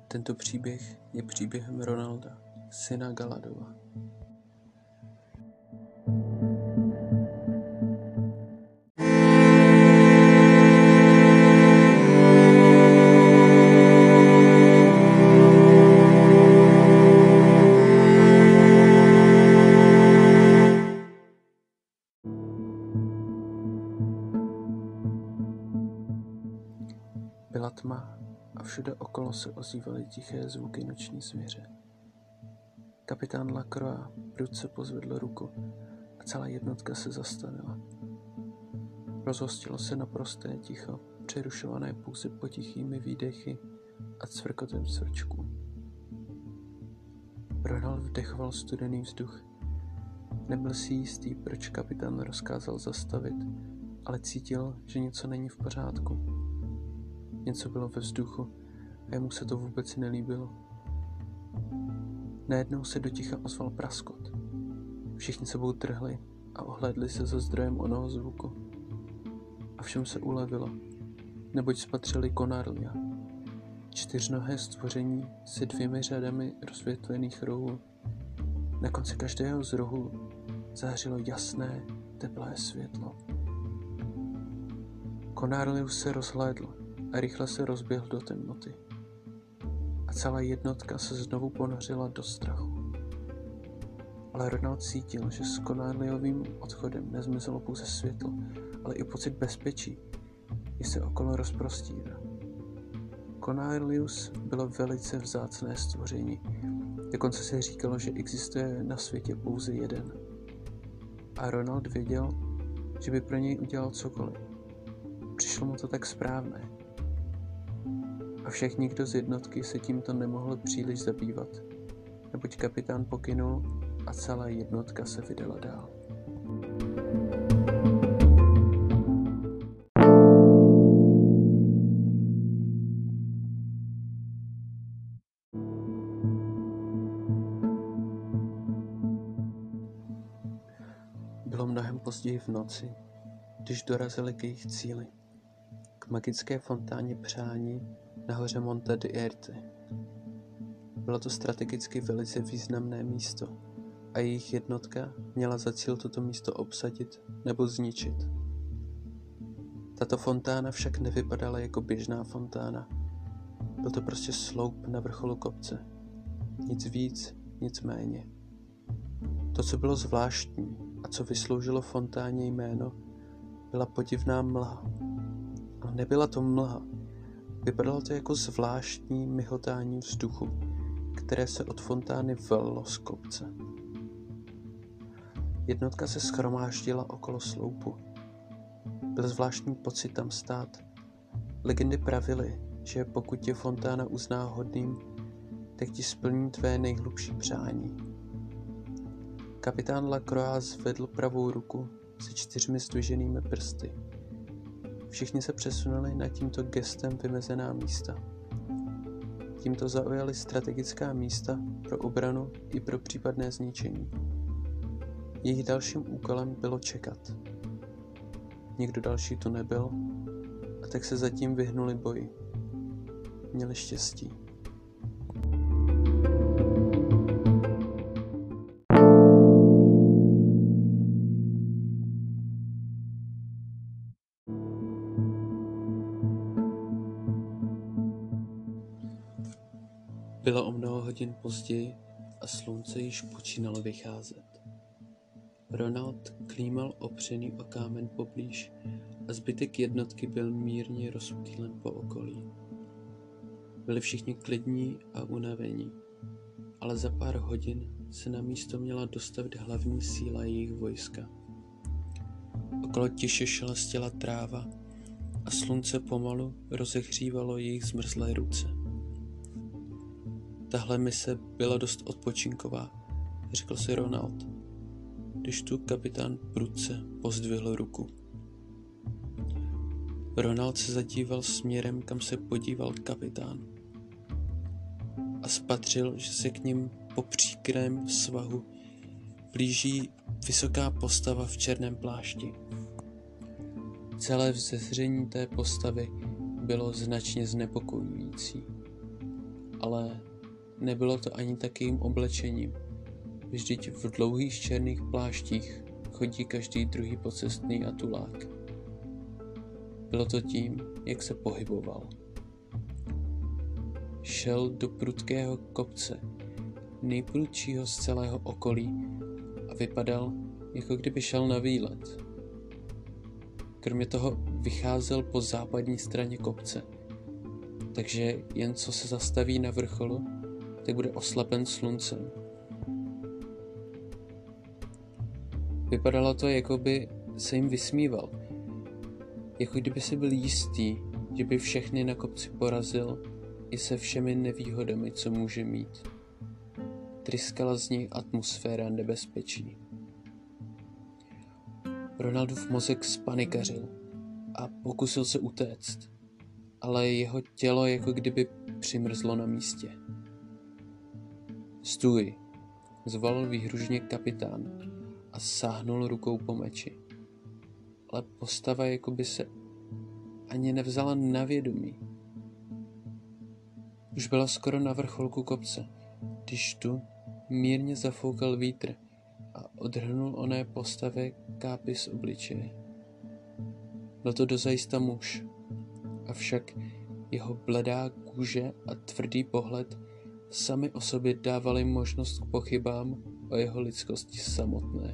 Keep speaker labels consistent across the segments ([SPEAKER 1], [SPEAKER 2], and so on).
[SPEAKER 1] Tento příběh je příběhem Ronalda, syna Galadova. Byla tma a všude okolo se ozývaly tiché zvuky noční zvěře. Kapitán Lacroix prudce pozvedl ruku a celá jednotka se zastavila. Rozhostilo se naprosté ticho, přerušované pouze potichými výdechy a cvrkotem cvrčků. Ronald vdechoval studený vzduch. Nebyl si jistý, proč kapitán rozkázal zastavit, ale cítil, že něco není v pořádku. Něco bylo ve vzduchu a jemu se to vůbec nelíbilo. Najednou se do ticha ozval praskot. Všichni sebou trhli a ohlédli se za zdrojem onoho zvuku. A všem se ulevilo, neboť spatřili Konarlia, čtyřnohé stvoření se 2 řadami rozvětvených rohů. Na konci každého z rohů zářilo jasné, teplé světlo. Konarlius se rozhlédl a rychle se rozběhl do temnoty. A celá jednotka se znovu ponořila do strachu. Ale Ronald cítil, že s Konarliovým odchodem nezmizelo pouze světlo, ale i pocit bezpečí, jež se okolo rozprostírá. Konarlius bylo velice vzácné stvoření. Dokonce se říkalo, že existuje na světě pouze jeden. A Ronald věděl, že by pro něj udělal cokoliv. Přišlo mu to tak správné. Avšak nikdo z jednotky se tímto nemohl příliš zabývat, neboť kapitán pokynul a celá jednotka se vydala dál. Bylo mnohem později v noci, když dorazili k jejich cíli, k magické fontáně přání nahoře Monte di Erte. Bylo to strategicky velice významné místo a jejich jednotka měla za cíl toto místo obsadit nebo zničit. Tato fontána však nevypadala jako běžná fontána. Byl to prostě sloup na vrcholu kopce. Nic víc, nic méně. To, co bylo zvláštní a co vysloužilo fontáně jméno, byla podivná mlha. Ale nebyla to mlha. Vypadalo to jako zvláštní myhotání vzduchu, které se od fontány vello z kopce. Jednotka se shromáždila okolo sloupu. Byl zvláštní pocit tam stát. Legendy pravily, že pokud tě fontána uzná hodným, tak ti splní tvé nejhlubší přání. Kapitán Lacroix zvedl pravou ruku se 4 zdviženými prsty. Všichni se přesunuli na tímto gestem vymezená místa. Tímto zaujali strategická místa pro obranu i pro případné zničení. Jejich dalším úkolem bylo čekat. Nikdo další tu nebyl a tak se zatím vyhnuli boji. Měli štěstí. Bylo o mnoho hodin později a slunce již počínalo vycházet. Ronald klímal opřený o kámen poblíž a zbytek jednotky byl mírně rozptýlen po okolí. Byli všichni klidní a unavení, ale za pár hodin se na místo měla dostavit hlavní síla jejich vojska. Okolo tiše šelestěla tráva a slunce pomalu rozehřívalo jejich zmrzlé ruce. Tahle mise byla dost odpočinková, řekl si Ronald, když tu kapitán prudce pozdvihl ruku. Ronald se zadíval směrem, kam se podíval kapitán a spatřil, že se k ním po příkrém svahu blíží vysoká postava v černém plášti. Celé vzezření té postavy bylo značně znepokojující. ale nebylo to ani tak jejím oblečením. Vždyť v dlouhých černých pláštích chodí každý druhý pocestný a tulák. Bylo to tím, jak se pohyboval. Šel do prudkého kopce, nejprudšího z celého okolí, a vypadal, jako kdyby šel na výlet. Kromě toho vycházel po západní straně kopce, takže jen co se zastaví na vrcholu, tak bude oslapen sluncem. Vypadalo to, jako by se jim vysmíval, jako kdyby si byl jistý, že by všechny na kopci porazil i se všemi nevýhodami, co může mít. Tryskala z něj atmosféra nebezpečí. Ronaldův mozek zpanikařil a pokusil se utéct, ale jeho tělo jako kdyby přimrzlo na místě. Stůj, zvolal výhružně kapitán a sáhnul rukou po meči. Ale postava jako by se ani nevzala na vědomí. Už byla skoro na vrcholku kopce, když tu mírně zafoukal vítr a odhrnul oné postavě kápy z obličeje. Byl to dozajista muž, avšak jeho bledá kůže a tvrdý pohled sami o sobě dávali možnost k pochybám o jeho lidskosti samotné.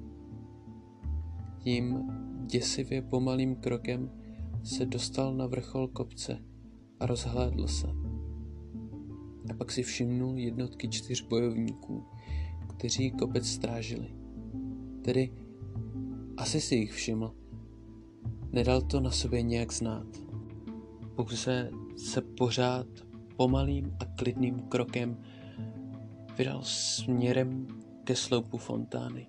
[SPEAKER 1] Tím děsivě pomalým krokem se dostal na vrchol kopce a rozhlédl se. A pak si všimnul jednotky 4 bojovníků, kteří kopec strážili. Tedy asi si jich všiml. Nedal to na sobě nějak znát. Pouze se pořád pomalým a klidným krokem vydal směrem ke sloupu fontány.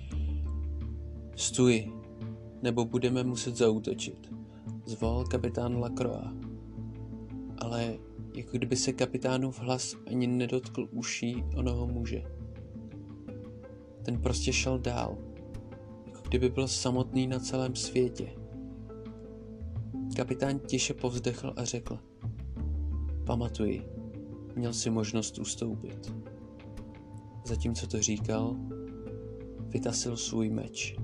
[SPEAKER 1] Stůj, nebo budeme muset zaútočit, zvolal kapitán Lacroix. Ale jako kdyby se kapitánův hlas ani nedotkl uší onoho muže. Ten prostě šel dál, jako kdyby byl samotný na celém světě. Kapitán tiše povzdechl a řekl: Pamatuj, měl si možnost ustoupit. Zatímco to říkal, vytasil svůj meč.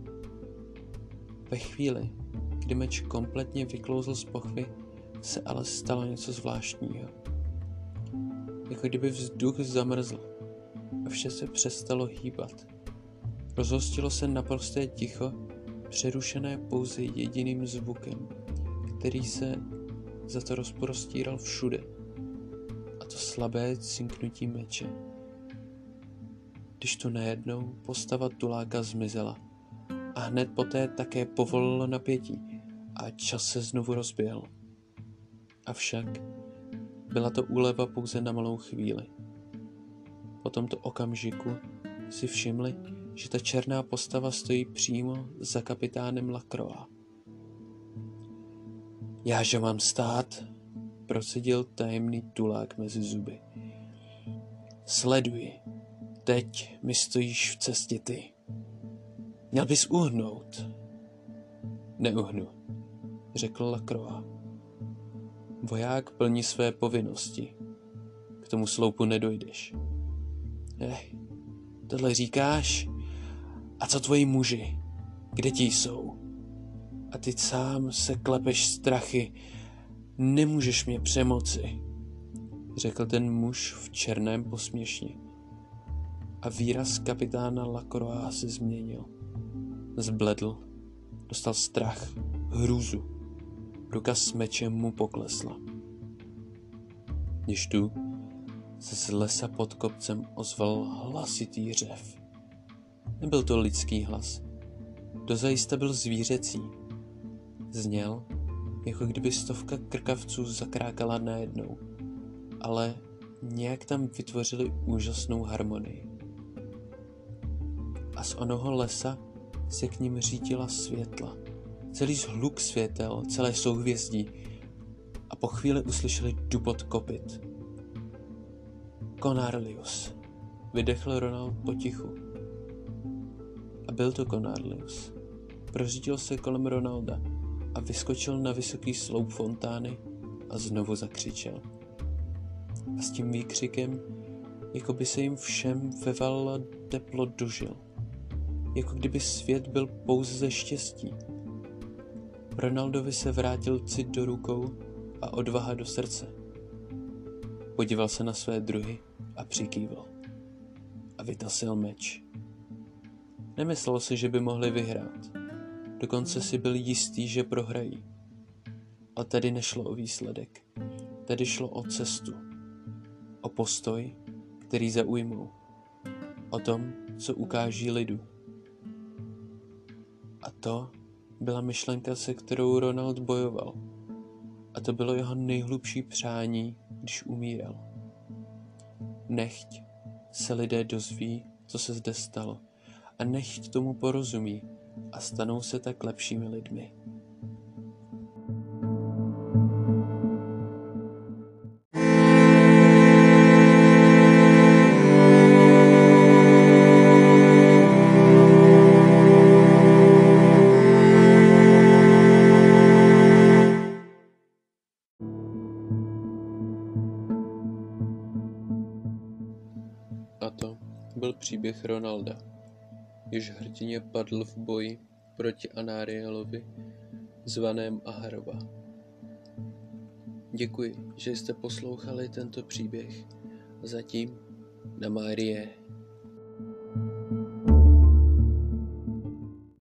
[SPEAKER 1] Ve chvíli, kdy meč kompletně vyklouzl z pochvy, se ale stalo něco zvláštního. Jako kdyby vzduch zamrzl a vše se přestalo hýbat. Rozhostilo se naprosté ticho, přerušené pouze jediným zvukem, který se za to rozprostíral všude, a to slabé cinknutí meče. Když tu najednou postava tuláka zmizela a hned poté také povolilo napětí a čas se znovu rozběhl. Avšak byla to úleva pouze na malou chvíli. Po tomto okamžiku si všimli, že ta černá postava stojí přímo za kapitánem Lacroix. Jáže mám stát, procedil tajemný tulák mezi zuby. Sleduj, teď mi stojíš v cestě ty. Měl bys uhnout. Neuhnu, řekl Lacroix. Voják plní své povinnosti. K tomu sloupu nedojdeš. Tohle říkáš? A co tvoji muži? Kde ti jsou? A ty sám se klepeš strachy. Nemůžeš mě přemoci, řekl ten muž v černém posměšně. A výraz kapitána Lacroix se změnil. Zbledl, dostal strach, hrůzu. Ruka s mečem mu poklesla. Když tu se z lesa pod kopcem ozval hlasitý řev. Nebyl to lidský hlas. Dozajista byl zvířecí. Zněl, jako kdyby 100 krkavců zakrákala najednou, ale nějak tam vytvořili úžasnou harmonii. A z onoho lesa se k ním řítila světla. Celý zhluk světel, celé souhvězdí, a po chvíli uslyšeli dupot kopyt. Cornelius, vydechl Ronald potichu. A byl to Cornelius. Prořídil se kolem Ronalda a vyskočil na vysoký sloup fontány a znovu zakřičel. a s tím výkřikem, jako by se jim všem vevalilo teplo do žil. Jako kdyby svět byl pouze ze štěstí. Ronaldovi se vrátil cit do rukou a odvaha do srdce. Podíval se na své druhy a přikývl. A vytasil meč. Nemyslel si, že by mohli vyhrát. Dokonce si byl jistý, že prohrají. Ale tady nešlo o výsledek. Tady šlo o cestu. O postoj, který zaujmou. O tom, co ukáží lidu. A to byla myšlenka, se kterou Ronald bojoval. A to bylo jeho nejhlubší přání, když umíral. Nechť se lidé dozví, co se zde stalo, a nechť tomu porozumí a stanou se tak lepšími lidmi. A to byl příběh Ronalda, jež hrdinně padl v boji proti Anarielovi, zvaném Aharova. Děkuji, že jste poslouchali tento příběh. Zatím na Marie.